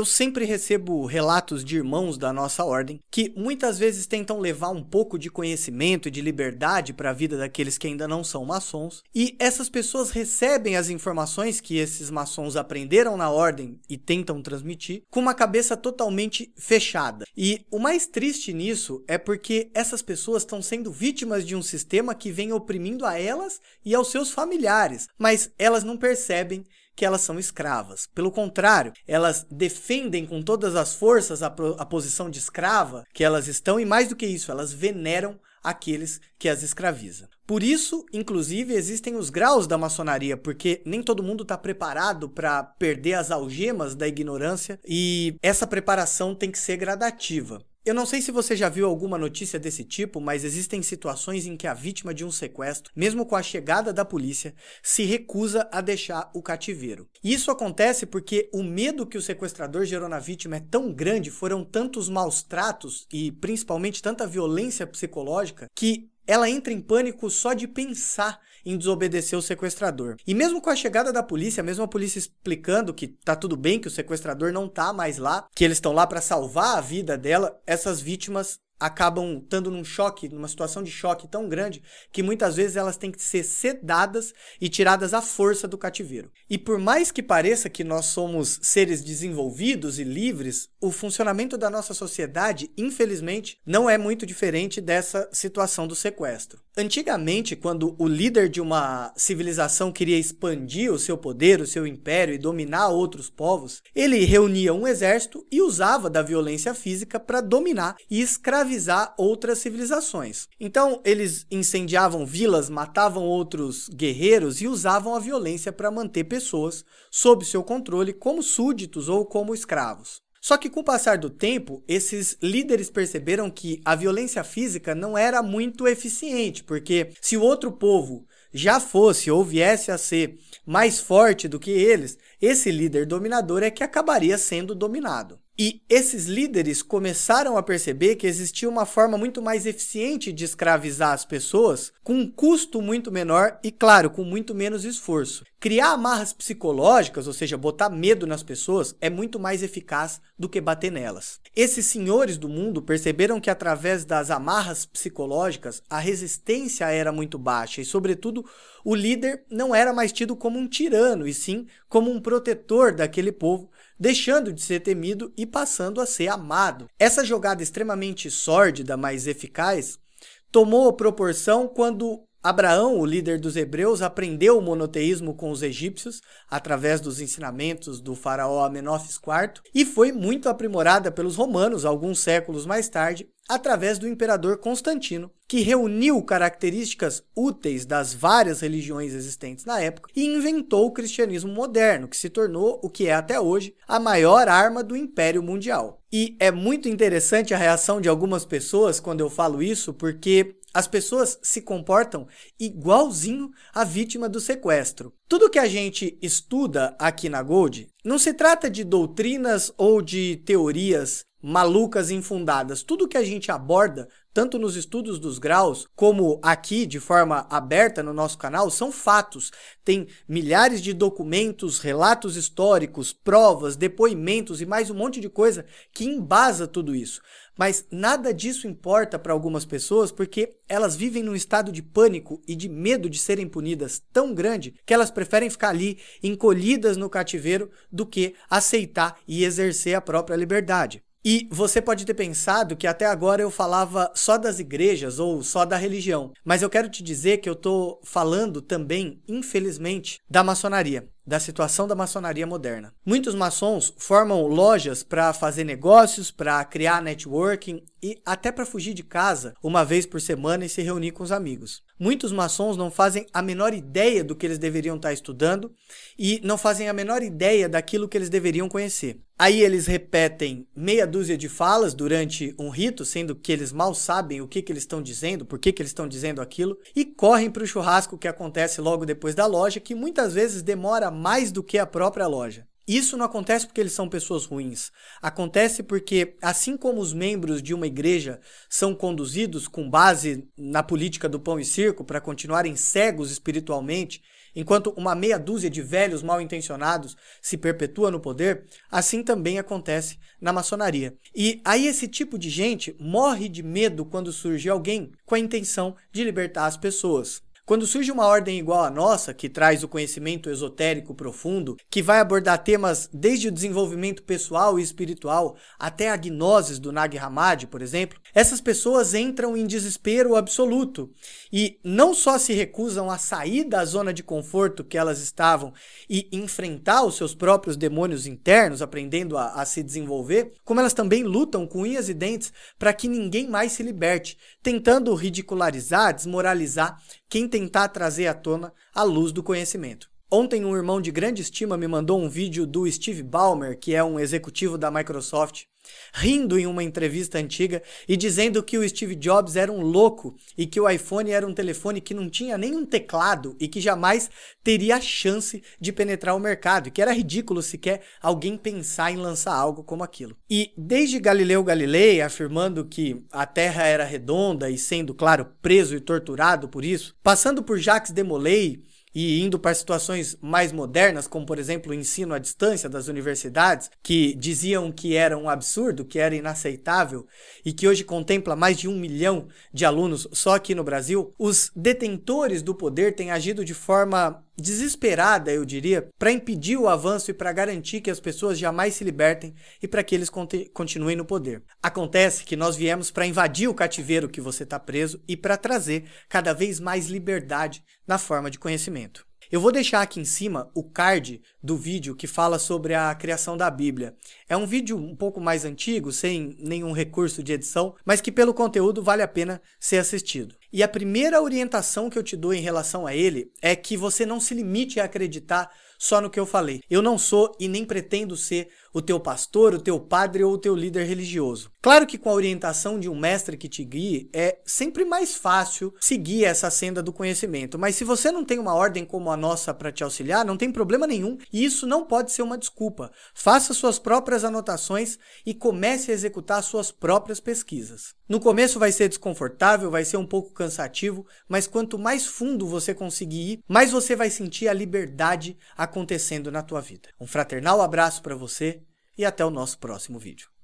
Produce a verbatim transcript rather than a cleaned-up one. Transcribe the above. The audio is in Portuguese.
eu sempre recebo relatos de irmãos da nossa ordem que muitas vezes tentam levar um pouco de conhecimento e de liberdade para a vida daqueles que ainda não são maçons, e essas pessoas recebem as informações que esses maçons aprenderam na ordem e tentam transmitir com uma cabeça totalmente fechada. E o mais triste nisso é porque essas pessoas estão sendo vítimas de um sistema que vem oprimindo a elas e aos seus familiares, mas elas não percebem que elas são escravas. Pelo contrário, elas defendem com todas as forças a, a posição de escrava que elas estão, e mais do que isso, elas veneram aqueles que as escravizam. Por isso, inclusive, existem os graus da maçonaria, porque nem todo mundo está preparado para perder as algemas da ignorância, e essa preparação tem que ser gradativa. Eu não sei se você já viu alguma notícia desse tipo, mas existem situações em que a vítima de um sequestro, mesmo com a chegada da polícia, se recusa a deixar o cativeiro. E isso acontece porque o medo que o sequestrador gerou na vítima é tão grande, foram tantos maus tratos e principalmente tanta violência psicológica, que ela entra em pânico só de pensar em desobedecer o sequestrador. E mesmo com a chegada da polícia, mesmo a polícia explicando que tá tudo bem, que o sequestrador não tá mais lá, que eles estão lá para salvar a vida dela, essas vítimas acabam estando num choque, numa situação de choque tão grande, que muitas vezes elas têm que ser sedadas e tiradas à força do cativeiro. E por mais que pareça que nós somos seres desenvolvidos e livres, o funcionamento da nossa sociedade, infelizmente, não é muito diferente dessa situação do sequestro. Antigamente, quando o líder de uma civilização queria expandir o seu poder, o seu império e dominar outros povos, ele reunia um exército e usava da violência física para dominar e escravizar outras civilizações. Então, eles incendiavam vilas, matavam outros guerreiros e usavam a violência para manter pessoas sob seu controle como súditos ou como escravos. Só que com o passar do tempo, esses líderes perceberam que a violência física não era muito eficiente, porque se o outro povo já fosse ou viesse a ser mais forte do que eles, esse líder dominador é que acabaria sendo dominado. E esses líderes começaram a perceber que existia uma forma muito mais eficiente de escravizar as pessoas com um custo muito menor e, claro, com muito menos esforço. Criar amarras psicológicas, ou seja, botar medo nas pessoas, é muito mais eficaz do que bater nelas. Esses senhores do mundo perceberam que através das amarras psicológicas a resistência era muito baixa e, sobretudo, o líder não era mais tido como um tirano, e sim como um protetor daquele povo, deixando de ser temido e passando a ser amado. Essa jogada extremamente sórdida, mas eficaz, tomou proporção quando Abraão, o líder dos hebreus, aprendeu o monoteísmo com os egípcios através dos ensinamentos do faraó Amenófis quarto e foi muito aprimorada pelos romanos alguns séculos mais tarde através do imperador Constantino, que reuniu características úteis das várias religiões existentes na época e inventou o cristianismo moderno, que se tornou o que é até hoje a maior arma do Império Mundial. E é muito interessante a reação de algumas pessoas quando eu falo isso, porque as pessoas se comportam igualzinho à vítima do sequestro. Tudo que a gente estuda aqui na Gold não se trata de doutrinas ou de teorias malucas e infundadas. Tudo que a gente aborda, tanto nos estudos dos graus, como aqui de forma aberta no nosso canal, são fatos. Tem milhares de documentos, relatos históricos, provas, depoimentos e mais um monte de coisa que embasa tudo isso. Mas nada disso importa para algumas pessoas porque elas vivem num estado de pânico e de medo de serem punidas tão grande que elas preferem ficar ali encolhidas no cativeiro do que aceitar e exercer a própria liberdade. E você pode ter pensado que até agora eu falava só das igrejas ou só da religião, mas eu quero te dizer que eu estou falando também, infelizmente, da maçonaria, da situação da maçonaria moderna. Muitos maçons formam lojas para fazer negócios, para criar networking e até para fugir de casa uma vez por semana e se reunir com os amigos. Muitos maçons não fazem a menor ideia do que eles deveriam estar estudando e não fazem a menor ideia daquilo que eles deveriam conhecer. Aí eles repetem meia dúzia de falas durante um rito, sendo que eles mal sabem o que, que eles estão dizendo, por que, que eles estão dizendo aquilo, e correm para o churrasco que acontece logo depois da loja, que muitas vezes demora mais do que a própria loja. Isso não acontece porque eles são pessoas ruins. Acontece porque, assim como os membros de uma igreja são conduzidos com base na política do pão e circo para continuarem cegos espiritualmente, enquanto uma meia dúzia de velhos mal intencionados se perpetua no poder, assim também acontece na maçonaria. E aí esse tipo de gente morre de medo quando surge alguém com a intenção de libertar as pessoas. Quando surge uma ordem igual à nossa, que traz o conhecimento esotérico profundo, que vai abordar temas desde o desenvolvimento pessoal e espiritual até a gnoses do Nag Hammadi, por exemplo, essas pessoas entram em desespero absoluto e não só se recusam a sair da zona de conforto que elas estavam e enfrentar os seus próprios demônios internos, aprendendo a, a se desenvolver, como elas também lutam com unhas e dentes para que ninguém mais se liberte, tentando ridicularizar, desmoralizar quem tentar trazer à tona a luz do conhecimento. Ontem um irmão de grande estima me mandou um vídeo do Steve Ballmer, que é um executivo da Microsoft, rindo em uma entrevista antiga e dizendo que o Steve Jobs era um louco e que o iPhone era um telefone que não tinha nenhum teclado e que jamais teria a chance de penetrar o mercado, e que era ridículo sequer alguém pensar em lançar algo como aquilo. E desde Galileu Galilei afirmando que a Terra era redonda e sendo, claro, preso e torturado por isso, passando por Jacques Desmoulins e indo para situações mais modernas, como por exemplo o ensino à distância das universidades, que diziam que era um absurdo, que era inaceitável e que hoje contempla mais de um milhão de alunos só aqui no Brasil, os detentores do poder têm agido de forma desesperada, eu diria, para impedir o avanço e para garantir que as pessoas jamais se libertem e para que eles continuem no poder. Acontece que nós viemos para invadir o cativeiro que você está preso e para trazer cada vez mais liberdade na forma de conhecimento. Eu vou deixar aqui em cima o card do vídeo que fala sobre a criação da Bíblia. É um vídeo um pouco mais antigo, sem nenhum recurso de edição, mas que pelo conteúdo vale a pena ser assistido. E a primeira orientação que eu te dou em relação a ele é que você não se limite a acreditar só no que eu falei. Eu não sou e nem pretendo ser o teu pastor, o teu padre ou o teu líder religioso. Claro que com a orientação de um mestre que te guie, é sempre mais fácil seguir essa senda do conhecimento. Mas se você não tem uma ordem como a nossa para te auxiliar, não tem problema nenhum. E isso não pode ser uma desculpa. Faça suas próprias anotações e comece a executar suas próprias pesquisas. No começo vai ser desconfortável, vai ser um pouco cansativo, mas quanto mais fundo você conseguir ir, mais você vai sentir a liberdade acontecendo na tua vida. Um fraternal abraço para você e até o nosso próximo vídeo.